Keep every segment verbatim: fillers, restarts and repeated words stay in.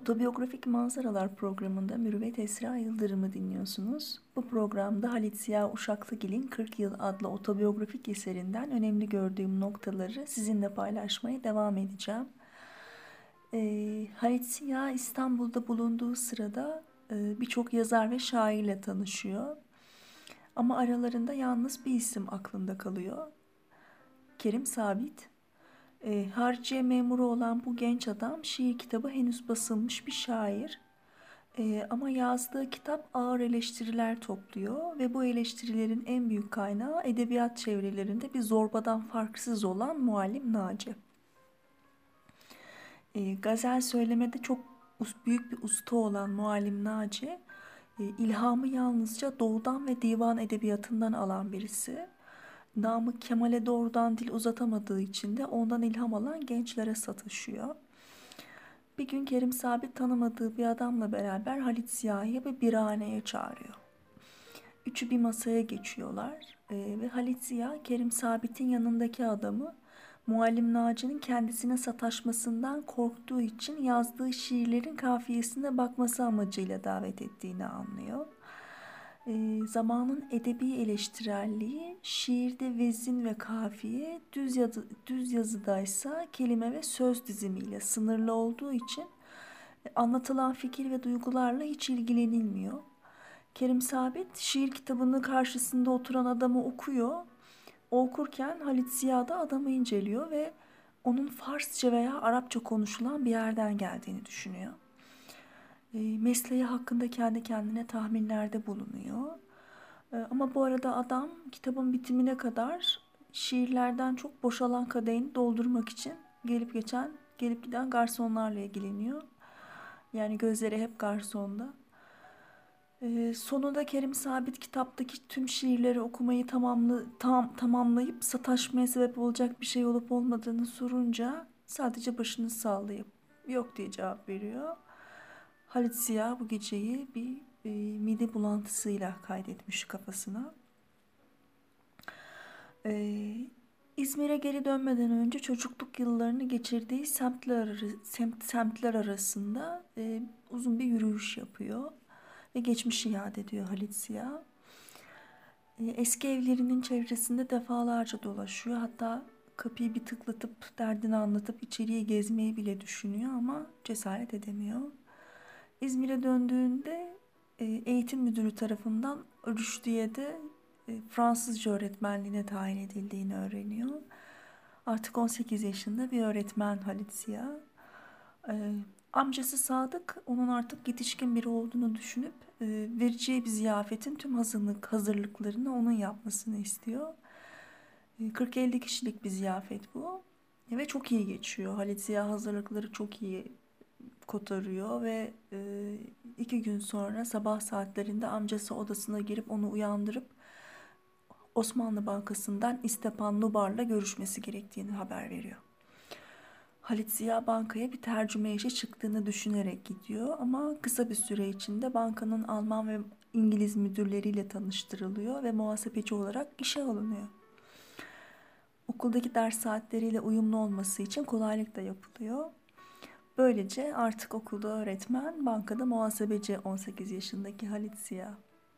Otobiyografik Manzaralar programında Mürüvvet Esra Yıldırım'ı dinliyorsunuz. Bu programda Halit Ziya Uşaklıgil'in kırk Yıl adlı otobiyografik eserinden önemli gördüğüm noktaları sizinle paylaşmaya devam edeceğim. Ee, Halit Ziya İstanbul'da bulunduğu sırada e, birçok yazar ve şairle tanışıyor. Ama aralarında yalnız bir isim aklında kalıyor. Kerim Sabit. E, harciye memuru olan bu genç adam şiir kitabı henüz basılmış bir şair. E, ama yazdığı kitap ağır eleştiriler topluyor ve bu eleştirilerin en büyük kaynağı edebiyat çevrelerinde bir zorbadan farksız olan Muallim Naci. E, gazel söylemede çok büyük bir usta olan Muallim Naci, e, ilhamı yalnızca doğudan ve divan edebiyatından alan birisi. Namık Kemal'e doğrudan dil uzatamadığı için de ondan ilham alan gençlere sataşıyor. Bir gün Kerim Sabit tanımadığı bir adamla beraber Halit Ziya'yı bir birhaneye çağırıyor. Üçü bir masaya geçiyorlar ee, ve Halit Ziya Kerim Sabit'in yanındaki adamı Muallim Naci'nin kendisine sataşmasından korktuğu için yazdığı şiirlerin kafiyesine bakması amacıyla davet ettiğini anlıyor. E, zamanın edebi eleştirelliği şiirde vezin ve kafiye, düz, yazı, düz yazıdaysa kelime ve söz dizimiyle sınırlı olduğu için e, anlatılan fikir ve duygularla hiç ilgilenilmiyor. Kerim Sabit şiir kitabının karşısında oturan adamı okuyor. O okurken Halit Ziya da adamı inceliyor ve onun Farsça veya Arapça konuşulan bir yerden geldiğini düşünüyor. E, mesleği hakkında kendi kendine tahminlerde bulunuyor. E, ama bu arada adam kitabın bitimine kadar şiirlerden çok boşalan kadehini doldurmak için gelip geçen, gelip giden garsonlarla ilgileniyor. Yani gözleri hep garsonda. E, sonunda Kerim Sabit kitaptaki tüm şiirleri okumayı tamamlı, tam, tamamlayıp sataşmaya sebep olacak bir şey olup olmadığını sorunca sadece başını sallayıp yok diye cevap veriyor. Halit Ziya bu geceyi bir e, mide bulantısıyla kaydetmiş kafasına. E, İzmir'e geri dönmeden önce çocukluk yıllarını geçirdiği semtler, semt, semtler arasında e, uzun bir yürüyüş yapıyor ve geçmişi yad ediyor Halit Ziya. E, eski evlerinin çevresinde defalarca dolaşıyor. Hatta kapıyı bir tıklatıp derdini anlatıp içeriye gezmeyi bile düşünüyor ama cesaret edemiyor. İzmir'e döndüğünde e, eğitim müdürü tarafından Rüşdiye'de de e, Fransızca öğretmenliğine tayin edildiğini öğreniyor. Artık on sekiz yaşında bir öğretmen Halit Ziya. E, amcası Sadık onun artık yetişkin biri olduğunu düşünüp e, vereceği bir ziyafetin tüm hazırlık hazırlıklarını onun yapmasını istiyor. E, kırk elli kişilik bir ziyafet bu. Ve çok iyi geçiyor. Halit Ziya hazırlıkları çok iyi kotarıyor ve e, iki gün sonra sabah saatlerinde amcası odasına girip onu uyandırıp Osmanlı Bankası'ndan İstepan Nubar'la görüşmesi gerektiğini haber veriyor. Halit Ziya bankaya bir tercüme işi çıktığını düşünerek gidiyor ama kısa bir süre içinde bankanın Alman ve İngiliz müdürleriyle tanıştırılıyor ve muhasebeci olarak işe alınıyor. Okuldaki ders saatleriyle uyumlu olması için kolaylık da yapılıyor. Böylece artık okulda öğretmen, bankada muhasebeci on sekiz yaşındaki Halit Ziya.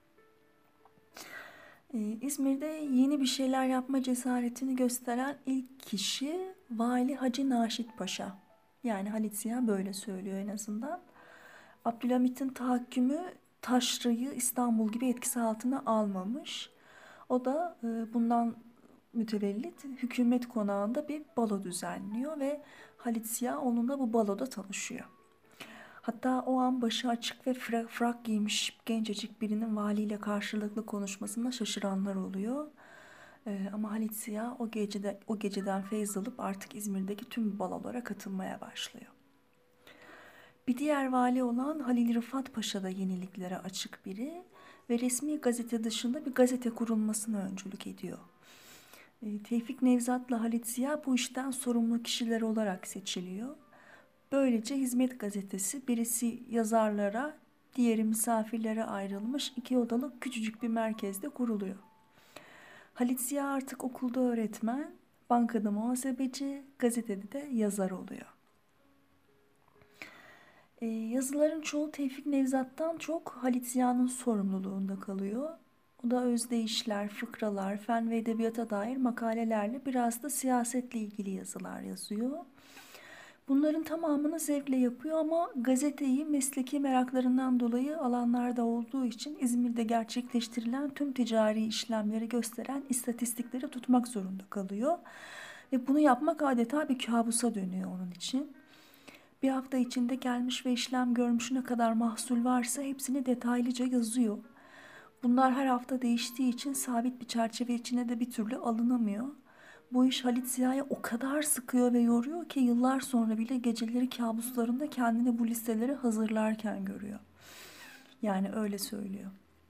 Ee, İzmir'de yeni bir şeyler yapma cesaretini gösteren ilk kişi Vali Hacı Naşit Paşa. Yani Halit Ziya böyle söylüyor en azından. Abdülhamit'in tahakkümü Taşra'yı İstanbul gibi etkisi altına almamış. O da e, bundan mütevellit hükümet konağında bir balo düzenliyor ve Halit Ziya onunla bu baloda tanışıyor. Hatta o an başı açık ve frak, frak giymiş gencecik birinin valiyle karşılıklı konuşmasına şaşıranlar oluyor. Ee, ama Halit Ziya o gecede o geceden feyz alıp artık İzmir'deki tüm balolara katılmaya başlıyor. Bir diğer vali olan Halil Rıfat Paşa da yeniliklere açık biri ve resmi gazete dışında bir gazete kurulmasına öncülük ediyor. Tevfik Nevzat'la Halit Ziya bu işten sorumlu kişiler olarak seçiliyor. Böylece Hizmet Gazetesi birisi yazarlara, diğeri misafirlere ayrılmış iki odalı küçücük bir merkezde kuruluyor. Halit Ziya artık okulda öğretmen, bankada muhasebeci, gazetede de yazar oluyor. E, yazıların çoğu Tevfik Nevzat'tan çok Halit Ziya'nın sorumluluğunda kalıyor. O da özdeyişler, fıkralar, fen ve edebiyata dair makalelerle biraz da siyasetle ilgili yazılar yazıyor. Bunların tamamını zevkle yapıyor ama gazeteyi mesleki meraklarından dolayı alanlarda olduğu için İzmir'de gerçekleştirilen tüm ticari işlemleri gösteren istatistikleri tutmak zorunda kalıyor. Ve bunu yapmak adeta bir kabusa dönüyor onun için. Bir hafta içinde gelmiş ve işlem görmüş ne kadar mahsul varsa hepsini detaylıca yazıyor. Bunlar her hafta değiştiği için sabit bir çerçeve içine de bir türlü alınamıyor. Bu iş Halit Ziya'yı o kadar sıkıyor ve yoruyor ki yıllar sonra bile geceleri kabuslarında kendini bu listeleri hazırlarken görüyor. Yani öyle söylüyor.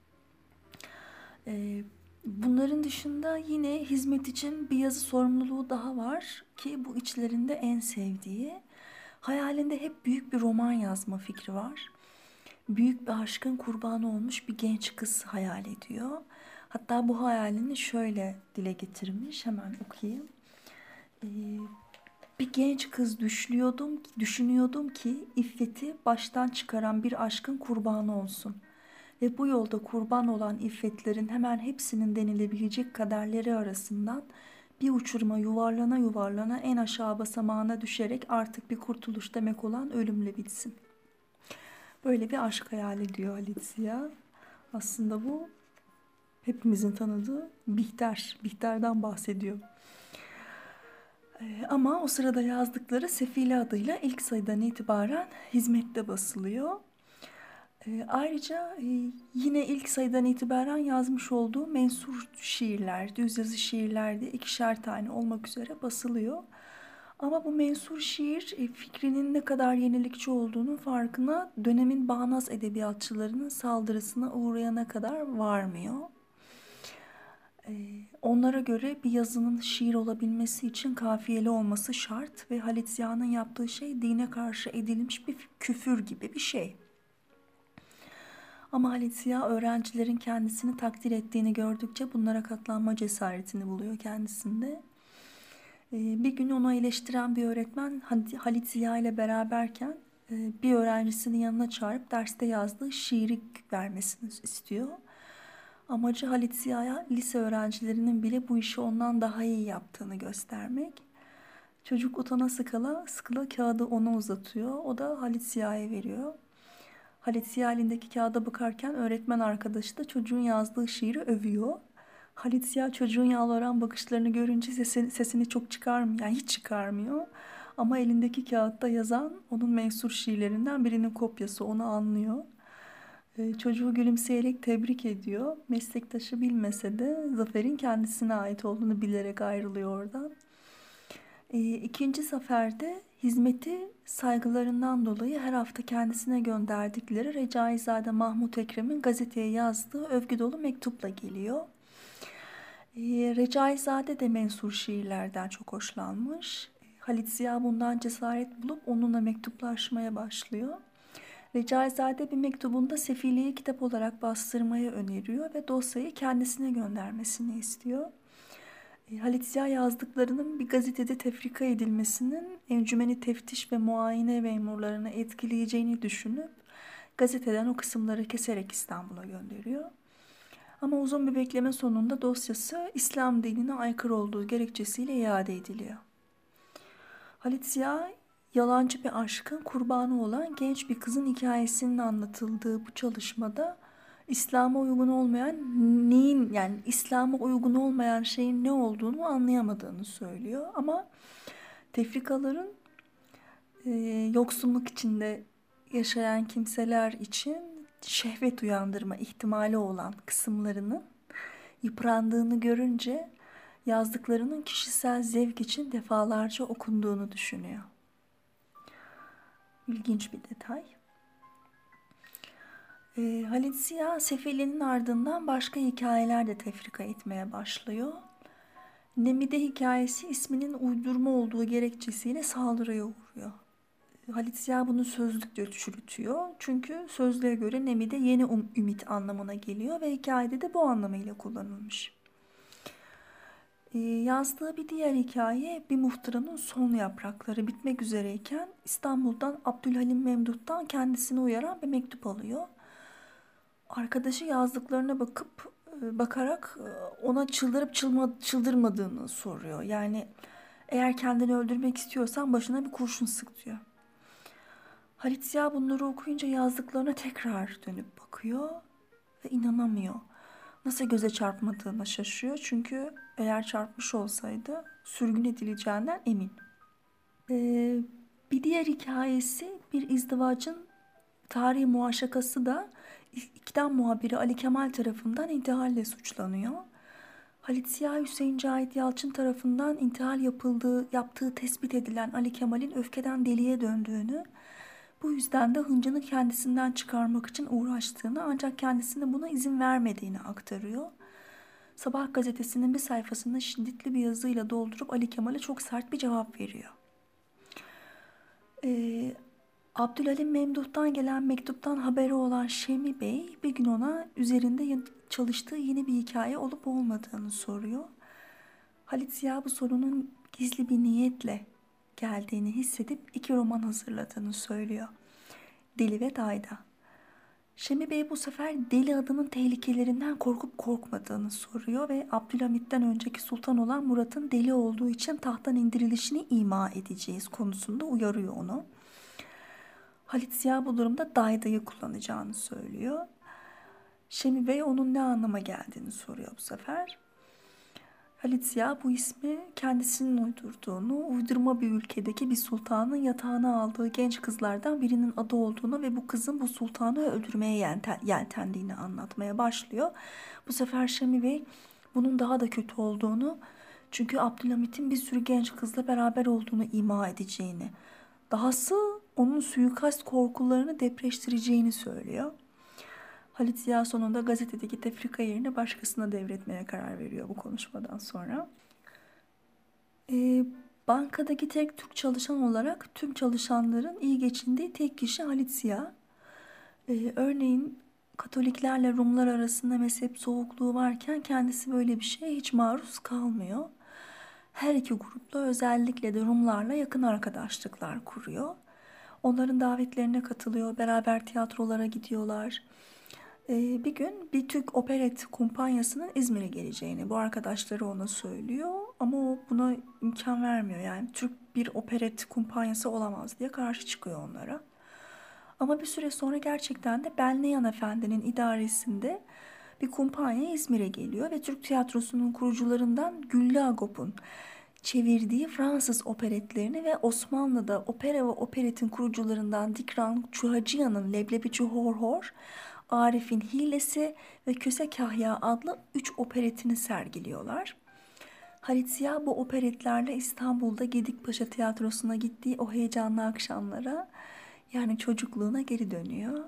Ee, bunların dışında yine hizmet için bir yazı sorumluluğu daha var ki bu içlerinde en sevdiği. Hayalinde hep büyük bir roman yazma fikri var. Büyük bir aşkın kurbanı olmuş bir genç kız hayal ediyor. Hatta bu hayalini şöyle dile getirmiş. Hemen okuyayım. Ee, bir genç kız düşünüyordum, düşünüyordum ki iffeti baştan çıkaran bir aşkın kurbanı olsun. Ve bu yolda kurban olan iffetlerin hemen hepsinin denilebilecek kaderleri arasından bir uçuruma yuvarlana yuvarlana en aşağı basamağına düşerek artık bir kurtuluş demek olan ölümle bitsin. Böyle bir aşk hayal ediyor Halit Ziya. Aslında bu hepimizin tanıdığı Bihter. Bihter'den bahsediyor. Ee, ama o sırada yazdıkları Sefile adıyla ilk sayıdan itibaren hizmette basılıyor. Ee, ayrıca e, yine ilk sayıdan itibaren yazmış olduğu mensur şiirler, düz yazı şiirler diye ikişer tane olmak üzere basılıyor. Ama bu mensur şiir e, fikrinin ne kadar yenilikçi olduğunun farkına dönemin bağnaz edebiyatçılarının saldırısına uğrayana kadar varmıyor. Onlara göre bir yazının şiir olabilmesi için kafiyeli olması şart ve Halit Ziya'nın yaptığı şey dine karşı edilmiş bir küfür gibi bir şey. Ama Halit Ziya öğrencilerin kendisini takdir ettiğini gördükçe bunlara katlanma cesaretini buluyor kendisinde. Bir gün onu eleştiren bir öğretmen Halit Ziya ile beraberken bir öğrencisinin yanına çağırıp derste yazdığı şiiri vermesini istiyor. Amacı Halit Ziya'ya lise öğrencilerinin bile bu işi ondan daha iyi yaptığını göstermek. Çocuk utana sıkıla sıkıla kağıdı ona uzatıyor. O da Halit Ziya'ya veriyor. Halit Ziya elindeki kağıda bakarken öğretmen arkadaşı da çocuğun yazdığı şiiri övüyor. Halit Ziya çocuğun yalvaran bakışlarını görünce sesini, sesini çok çıkarmıyor. Yani hiç çıkarmıyor. Ama elindeki kağıtta yazan onun mensur şiirlerinden birinin kopyası, onu anlıyor. Çocuğu gülümseyerek tebrik ediyor. Meslektaşı bilmese de zaferin kendisine ait olduğunu bilerek ayrılıyor oradan. İkinci seferde hizmeti saygılarından dolayı her hafta kendisine gönderdikleri Recaizade Mahmut Ekrem'in gazeteye yazdığı övgü dolu mektupla geliyor. Recaizade de mensur şiirlerden çok hoşlanmış. Halit Ziya bundan cesaret bulup onunla mektuplaşmaya başlıyor. Recaizade bir mektubunda Sefile'yi kitap olarak bastırmayı öneriyor ve dosyayı kendisine göndermesini istiyor. Halit Ziya yazdıklarının bir gazetede tefrika edilmesinin encümeni teftiş ve muayene memurlarını etkileyeceğini düşünüp gazeteden o kısımları keserek İstanbul'a gönderiyor. Ama uzun bir bekleme sonunda dosyası İslam dinine aykırı olduğu gerekçesiyle iade ediliyor. Halit Ziya yalancı bir aşkın kurbanı olan genç bir kızın hikayesinin anlatıldığı bu çalışmada İslam'a uygun olmayan neyin, yani İslam'a uygun olmayan şeyin ne olduğunu anlayamadığını söylüyor. Ama tefrikaların e, yoksulluk içinde yaşayan kimseler için şehvet uyandırma ihtimali olan kısımlarının yıprandığını görünce yazdıklarının kişisel zevk için defalarca okunduğunu düşünüyor. İlginç bir detay. E, Halit Ziya Sefili'nin ardından başka hikayeler de tefrika etmeye başlıyor. Nemide hikayesi isminin uydurma olduğu gerekçesiyle saldırıya uğruyor. Halit Ziya bunu sözlükle çürütüyor. Çünkü sözlüğe göre Nemide yeni um, ümit anlamına geliyor ve hikayede de bu anlamıyla kullanılmış. Ee, yazdığı bir diğer hikaye bir muhtıranın son yaprakları bitmek üzereyken İstanbul'dan Abdülhalim Memduh'tan kendisini uyaran bir mektup alıyor. Arkadaşı yazdıklarına bakıp e, bakarak e, ona çıldırıp çılma, çıldırmadığını soruyor. Yani eğer kendini öldürmek istiyorsan başına bir kurşun sık diyor. Halit Ziya bunları okuyunca yazdıklarına tekrar dönüp bakıyor ve inanamıyor. Nasıl göze çarpmadığına şaşıyor. Çünkü eğer çarpmış olsaydı sürgün edileceğinden emin. Ee, bir diğer hikayesi bir izdivacın tarihi muaşakası da İkidam muhabiri Ali Kemal tarafından intihalle suçlanıyor. Halit Ziya Hüseyin Cahit Yalçın tarafından intihal yapıldığı, yaptığı tespit edilen Ali Kemal'in öfkeden deliye döndüğünü, bu yüzden de hıncını kendisinden çıkarmak için uğraştığını ancak kendisine buna izin vermediğini aktarıyor. Sabah gazetesinin bir sayfasını şiddetli bir yazıyla doldurup Ali Kemal'e çok sert bir cevap veriyor. Ee, Abdülhalim Memduh'tan gelen mektuptan haberi olan Şemi Bey bir gün ona üzerinde çalıştığı yeni bir hikaye olup olmadığını soruyor. Halit Ziya bu sorunun gizli bir niyetle geldiğini hissedip iki roman hazırladığını söylüyor. Deli ve Dayda. Şemi Bey bu sefer deli adının tehlikelerinden korkup korkmadığını soruyor ve Abdülhamit'ten önceki sultan olan Murat'ın deli olduğu için tahttan indirilişini ima edeceğiz konusunda uyarıyor onu. Halit Ziya bu durumda Dayda'yı kullanacağını söylüyor. Şemi Bey onun ne anlama geldiğini soruyor bu sefer. Halit Ziya bu ismi kendisinin uydurduğunu, uydurma bir ülkedeki bir sultanın yatağına aldığı genç kızlardan birinin adı olduğunu ve bu kızın bu sultanı öldürmeye yelten, yeltendiğini anlatmaya başlıyor. Bu sefer Şemi Bey bunun daha da kötü olduğunu, çünkü Abdülhamit'in bir sürü genç kızla beraber olduğunu ima edeceğini, dahası onun suikast korkularını depreştireceğini söylüyor. Halit Ziya sonunda gazetedeki tefrika yerini başkasına devretmeye karar veriyor bu konuşmadan sonra. Ee, bankadaki tek Türk çalışan olarak tüm çalışanların iyi geçindiği tek kişi Halit Ziya. Ee, örneğin Katoliklerle Rumlar arasında mezhep soğukluğu varken kendisi böyle bir şeye hiç maruz kalmıyor. Her iki grupla, özellikle de Rumlarla yakın arkadaşlıklar kuruyor. Onların davetlerine katılıyor, beraber tiyatrolara gidiyorlar. Ee, bir gün bir Türk operet kumpanyasının İzmir'e geleceğini bu arkadaşları ona söylüyor ama o buna imkan vermiyor. Yani Türk bir operet kumpanyası olamaz diye karşı çıkıyor onlara. Ama bir süre sonra gerçekten de Belneyan Efendi'nin idaresinde bir kumpanya İzmir'e geliyor ve Türk tiyatrosunun kurucularından Güllü Agop'un çevirdiği Fransız operetlerini ve Osmanlı'da opera ve operetin kurucularından Dikran Çuhacıyan'ın Leblebici Hor Hor, Arif'in Hilesi ve Köse Kahya adlı üç operetini sergiliyorlar. Halit Ziya bu operetlerle İstanbul'da Gedikpaşa Tiyatrosu'na gittiği o heyecanlı akşamlara, yani çocukluğuna geri dönüyor.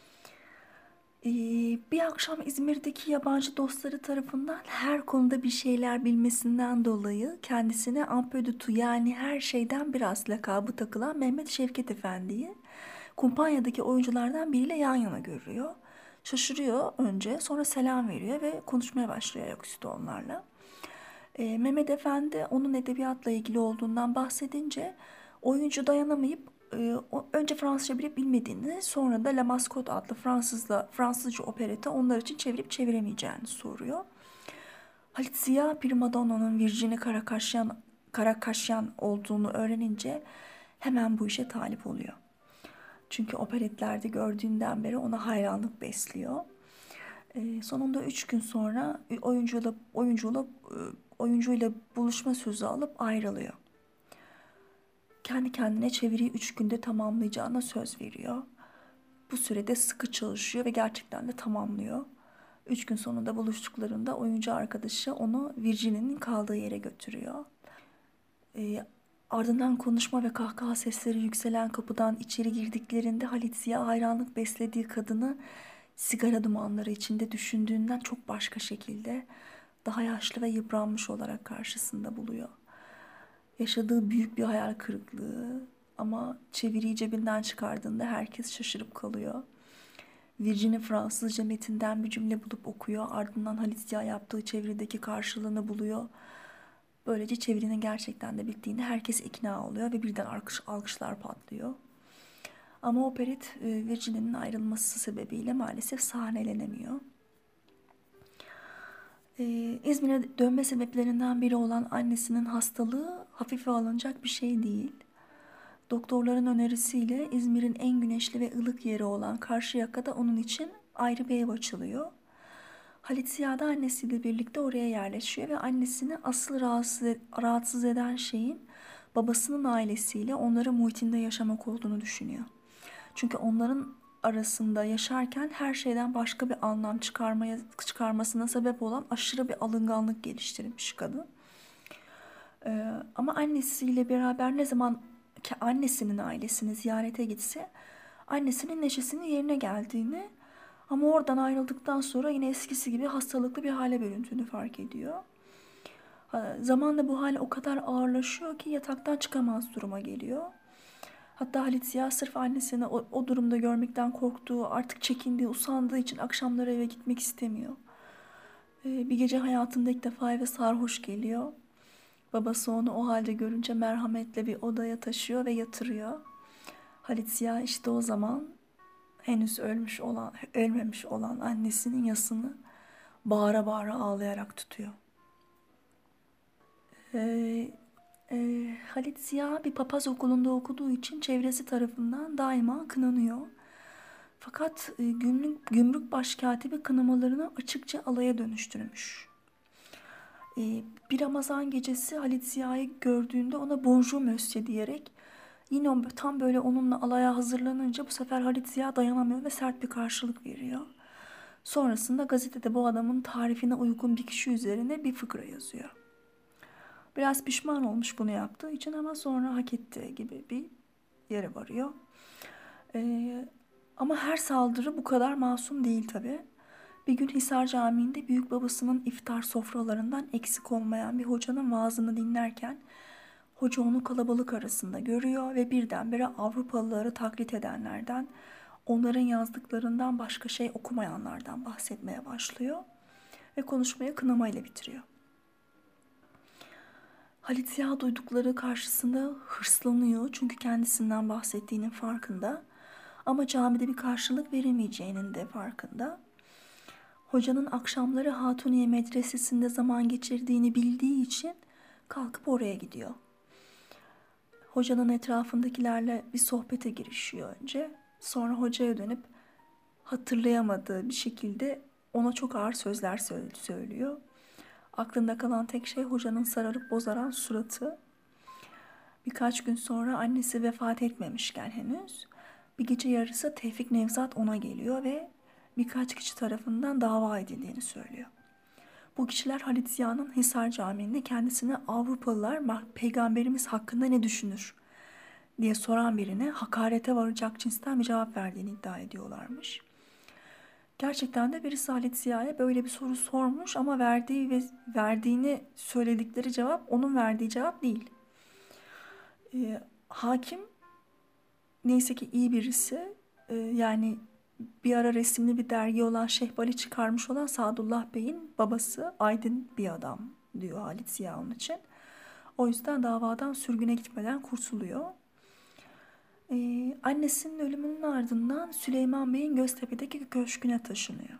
Ee, bir akşam İzmir'deki yabancı dostları tarafından her konuda bir şeyler bilmesinden dolayı kendisine Ampödütü, yani her şeyden biraz lakabı takılan Mehmet Şevket Efendi'yi kumpanyadaki oyunculardan biriyle yan yana görüyor. Şaşırıyor önce, sonra selam veriyor ve konuşmaya başlıyor ayaküstü onlarla. Ee, Mehmet Efendi onun edebiyatla ilgili olduğundan bahsedince oyuncu dayanamayıp e, o- önce Fransızca bilip bilmediğini, sonra da La Mascotte adlı Fransızla Fransızca opereti onlar için çevirip çeviremeyeceğini soruyor. Halit Ziya Primadonna'nın Virginie Karakaşyan, Karakaşyan olduğunu öğrenince hemen bu işe talip oluyor. Çünkü operetlerde gördüğünden beri ona hayranlık besliyor. Ee, sonunda üç gün sonra oyuncuyla oyuncuyla e, oyuncuyla buluşma sözü alıp ayrılıyor. Kendi kendine çeviriyi üç günde tamamlayacağına söz veriyor. Bu sürede sıkı çalışıyor ve gerçekten de tamamlıyor. Üç gün sonunda buluştuklarında oyuncu arkadaşı onu Virginie'nin kaldığı yere götürüyor. Ee, ardından konuşma ve kahkaha sesleri yükselen kapıdan içeri girdiklerinde Halit Ziya hayranlık beslediği kadını sigara dumanları içinde düşündüğünden çok başka şekilde, daha yaşlı ve yıpranmış olarak karşısında buluyor. Yaşadığı büyük bir hayal kırıklığı, ama çeviriyi cebinden çıkardığında herkes şaşırıp kalıyor. Virginie Fransızca metinden bir cümle bulup okuyor. Ardından Halit Ziya yaptığı çevirideki karşılığını buluyor. Böylece çevirinin gerçekten de bittiğinde herkes ikna oluyor ve birden alkış, alkışlar patlıyor. Ama Operit e, Virginia'nın ayrılması sebebiyle maalesef sahnelenemiyor. Ee, İzmir'e dönme sebeplerinden biri olan annesinin hastalığı hafife alınacak bir şey değil. Doktorların önerisiyle İzmir'in en güneşli ve ılık yeri olan Karşıyaka'da onun için ayrı bir ev açılıyor. Halit Ziya da annesiyle birlikte oraya yerleşiyor ve annesini asıl rahatsız, e- rahatsız eden şeyin babasının ailesiyle onların muhitinde yaşamak olduğunu düşünüyor. Çünkü onların arasında yaşarken her şeyden başka bir anlam çıkarmaya çıkarmasına sebep olan aşırı bir alınganlık geliştirmiş kadın. Ee, ama annesiyle beraber ne zaman ki annesinin ailesini ziyarete gitse annesinin neşesinin yerine geldiğini ama oradan ayrıldıktan sonra yine eskisi gibi hastalıklı bir hale büründüğünü fark ediyor. Ha, zamanla bu hal o kadar ağırlaşıyor ki yataktan çıkamaz duruma geliyor. Hatta Halit Ziya sırf annesini o, o durumda görmekten korktuğu, artık çekindiği, usandığı için akşamları eve gitmek istemiyor. Ee, bir gece hayatında ilk defa eve sarhoş geliyor. Babası onu o halde görünce merhametle bir odaya taşıyor ve yatırıyor. Halit Ziya işte o zaman henüz ölmüş olan, ölmemiş olan annesinin yasını bağıra bağıra ağlayarak tutuyor. Ee, e, Halit Ziya bir papaz okulunda okuduğu için çevresi tarafından daima kınanıyor. Fakat e, gümrük, gümrük başkatibi kınamalarını açıkça alaya dönüştürmüş. E, bir Ramazan gecesi Halit Ziya'yı gördüğünde ona bonjour monsieur diyerek yine o- tam böyle onunla alaya hazırlanınca bu sefer Halit Ziya dayanamıyor ve sert bir karşılık veriyor. Sonrasında gazetede bu adamın tarifine uygun bir kişi üzerine bir fıkra yazıyor. Biraz pişman olmuş bunu yaptığı için ama sonra hak ettiği gibi bir yere varıyor. Ee, ama her saldırı bu kadar masum değil tabii. Bir gün Hisar Camii'nde büyük babasının iftar sofralarından eksik olmayan bir hocanın vaazını dinlerken hoca onu kalabalık arasında görüyor ve birdenbire Avrupalıları taklit edenlerden, onların yazdıklarından başka şey okumayanlardan bahsetmeye başlıyor ve konuşmayı kınamayla bitiriyor. Halit Ziya duydukları karşısında hırslanıyor çünkü kendisinden bahsettiğinin farkında ama camide bir karşılık veremeyeceğinin de farkında. Hocanın akşamları Hatuniye Medresesi'nde zaman geçirdiğini bildiği için kalkıp oraya gidiyor. Hocanın etrafındakilerle bir sohbete girişiyor önce. Sonra hocaya dönüp hatırlayamadığı bir şekilde ona çok ağır sözler söylüyor. Aklında kalan tek şey hocanın sararıp bozaran suratı. Birkaç gün sonra annesi vefat etmemişken henüz bir gece yarısı Tevfik Nevzat ona geliyor ve birkaç kişi tarafından dava edildiğini söylüyor. Bu kişiler Halit Ziya'nın Hisar Camii'nde kendisine Avrupalılar peygamberimiz hakkında ne düşünür diye soran birine hakarete varacak cinsten bir cevap verdiğini iddia ediyorlarmış. Gerçekten de birisi Halit Ziya'ya böyle bir soru sormuş ama verdiği ve verdiğini söyledikleri cevap onun verdiği cevap değil. Ee, hakim neyse ki iyi birisi, Ee, yani bir ara resimli bir dergi olan Şehbali çıkarmış olan Sadullah Bey'in babası aydın bir adam diyor Halit Ziya onun için. O yüzden davadan sürgüne gitmeden kurtuluyor. Ee, annesinin ölümünün ardından Süleyman Bey'in Göztepe'deki köşküne taşınıyor.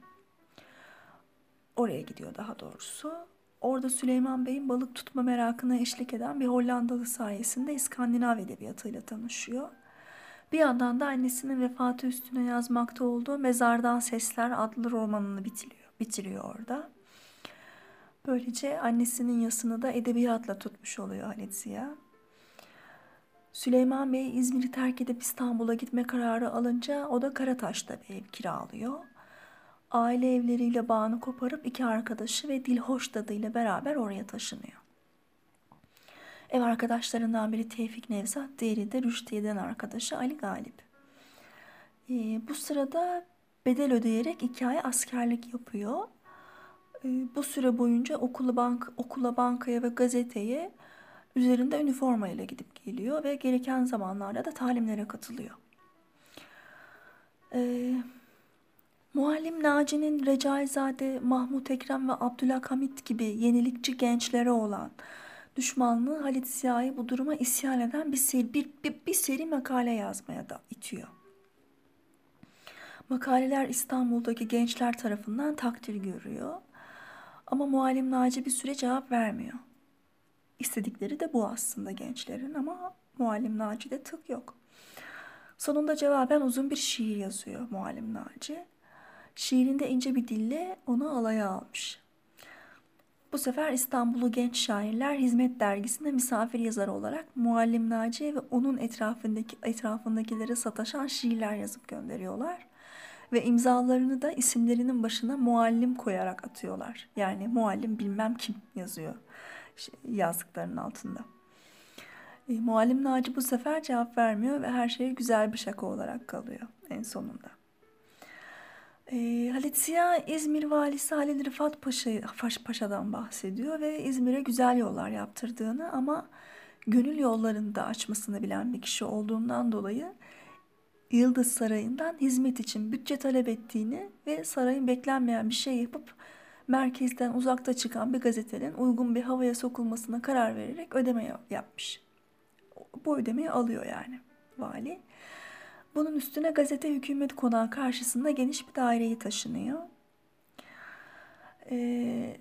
Oraya gidiyor daha doğrusu. Orada Süleyman Bey'in balık tutma merakına eşlik eden bir Hollandalı sayesinde İskandinav edebiyatıyla tanışıyor. Bir yandan da annesinin vefatı üstüne yazmakta olduğu Mezardan Sesler adlı romanını bitiriyor, bitiriyor orada. Böylece annesinin yasını da edebiyatla tutmuş oluyor Halit Ziya. Süleyman Bey İzmir'i terk edip İstanbul'a gitme kararı alınca o da Karataş'ta bir ev kiralıyor. Aile evleriyle bağını koparıp iki arkadaşı ve Dilhoş dadıyla beraber oraya taşınıyor. Ev arkadaşlarından biri Tevfik Nevzat, diğeri de Rüştiye'den arkadaşı Ali Galip. Ee, bu sırada bedel ödeyerek iki ay askerlik yapıyor. Ee, bu süre boyunca okula, bank, okula, bankaya ve gazeteye üzerinde üniformayla gidip geliyor ve gereken zamanlarda da talimlere katılıyor. Ee, Muallim Naci'nin Recaizade, Mahmut Ekrem ve Abdülhamit gibi yenilikçi gençlere olan Düşmanlığı Halit Ziya'yı bu duruma isyan eden bir seri, bir, bir, bir seri makale yazmaya da itiyor. Makaleler İstanbul'daki gençler tarafından takdir görüyor. Ama Muallim Naci bir süre cevap vermiyor. İstedikleri de bu aslında gençlerin, ama Muallim Naci'de tık yok. Sonunda cevaben uzun bir şiir yazıyor Muallim Naci. Şiirinde ince bir dille onu alaya almış. Bu sefer İstanbullu genç şairler Hizmet Dergisi'nde misafir yazarı olarak Muallim Naci'ye ve onun etrafındaki etrafındakilere sataşan şiirler yazıp gönderiyorlar. Ve imzalarını da isimlerinin başına muallim koyarak atıyorlar. Yani muallim bilmem kim yazıyor yazdıklarının altında. E, Muallim Naci bu sefer cevap vermiyor ve her şey güzel bir şaka olarak kalıyor en sonunda. E, Halit Ziya İzmir valisi Halil Rıfat Paşa, Paşa'dan bahsediyor ve İzmir'e güzel yollar yaptırdığını, ama gönül yollarını da açmasını bilen bir kişi olduğundan dolayı Yıldız Sarayı'ndan hizmet için bütçe talep ettiğini ve sarayın beklenmeyen bir şey yapıp merkezden uzakta çıkan bir gazetenin uygun bir havaya sokulmasına karar vererek ödeme yapmış. Bu ödemeyi alıyor yani vali. Bunun üstüne gazete hükümet konağı karşısında geniş bir daireyi taşınıyor. Ee,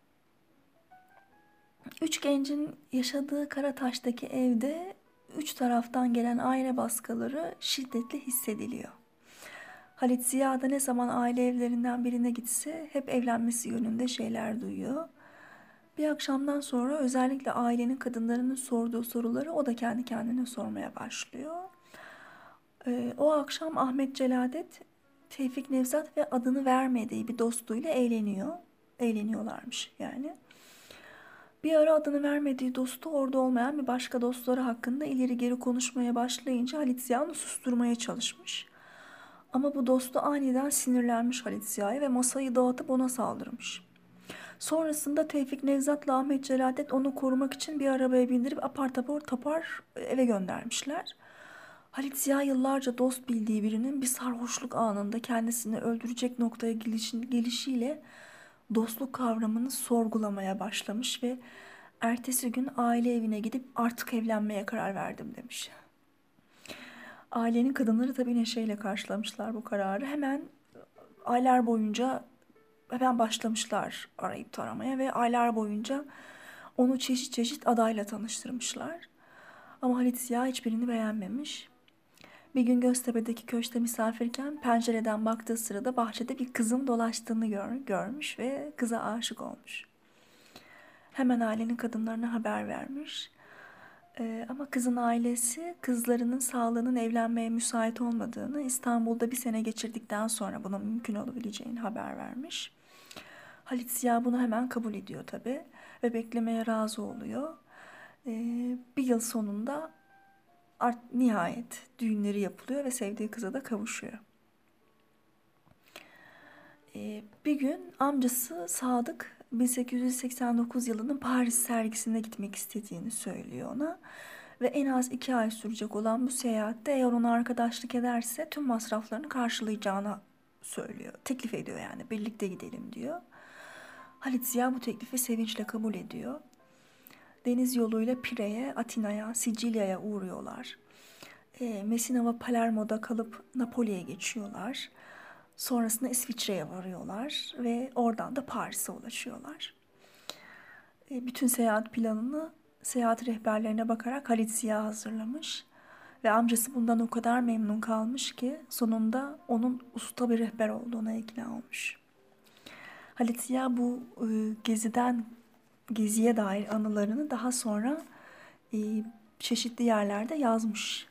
üç gencin yaşadığı Karataş'taki evde üç taraftan gelen aile baskıları şiddetli hissediliyor. Halit Ziya da ne zaman aile evlerinden birine gitse hep evlenmesi yönünde şeyler duyuyor. Bir akşamdan sonra özellikle ailenin kadınlarının sorduğu soruları o da kendi kendine sormaya başlıyor. Ee, o akşam Ahmet Celadet, Tevfik Nevzat ve adını vermediği bir dostuyla eğleniyor. Eğleniyorlarmış yani. Bir ara adını vermediği dostu orada olmayan bir başka dostları hakkında ileri geri konuşmaya başlayınca Halit Ziya onu susturmaya çalışmış. Ama bu dostu aniden sinirlenmiş Halit Ziya'ya ve masayı dağıtıp ona saldırmış. Sonrasında Tevfik Nevzat'la Ahmet Celadet onu korumak için bir arabaya bindirip apar topar tapar eve göndermişler. Halit Ziya yıllarca dost bildiği birinin bir sarhoşluk anında kendisini öldürecek noktaya gelişiyle dostluk kavramını sorgulamaya başlamış ve ertesi gün aile evine gidip artık evlenmeye karar verdim demiş. Ailenin kadınları tabii neşeyle karşılamışlar bu kararı. Hemen aylar boyunca hemen başlamışlar arayıp taramaya ve aylar boyunca onu çeşit çeşit adayla tanıştırmışlar. Ama Halit Ziya hiçbirini beğenmemiş. Bir gün Göztepe'deki köşkte misafirken pencereden baktığı sırada bahçede bir kızın dolaştığını gör, görmüş ve kıza aşık olmuş. Hemen ailenin kadınlarına haber vermiş. Ee, ama kızın ailesi kızlarının sağlığının evlenmeye müsait olmadığını, İstanbul'da bir sene geçirdikten sonra bunun mümkün olabileceğini haber vermiş. Halit Ziya bunu hemen kabul ediyor tabii ve beklemeye razı oluyor. Ee, bir yıl sonunda art, nihayet düğünleri yapılıyor ve sevdiği kıza da kavuşuyor. Ee, bir gün amcası Sadık bin sekiz yüz seksen dokuz yılının Paris sergisine gitmek istediğini söylüyor ona. Ve en az iki ay sürecek olan bu seyahatte eğer ona arkadaşlık ederse tüm masraflarını karşılayacağını söylüyor. Teklif ediyor yani, birlikte gidelim diyor. Halit Ziya bu teklifi sevinçle kabul ediyor. Deniz yoluyla Pire'ye, Atina'ya, Sicilya'ya uğruyorlar. E, Messina ve Palermo'da kalıp Napoli'ye geçiyorlar. Sonrasında İsviçre'ye varıyorlar ve oradan da Paris'e ulaşıyorlar. E, bütün seyahat planını seyahat rehberlerine bakarak Halit Ziya hazırlamış. Ve amcası bundan o kadar memnun kalmış ki sonunda onun usta bir rehber olduğuna ikna olmuş. Halit Ziya bu e, geziden geziye dair anılarını daha sonra e, çeşitli yerlerde yazmış.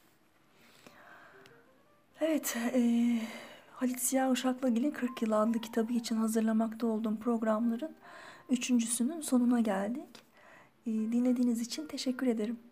Evet, e, Halit Ziya Uşaklıgil'in kırk Yıl adlı kitabı için hazırlamakta olduğum programların üçüncüsünün sonuna geldik. E, dinlediğiniz için teşekkür ederim.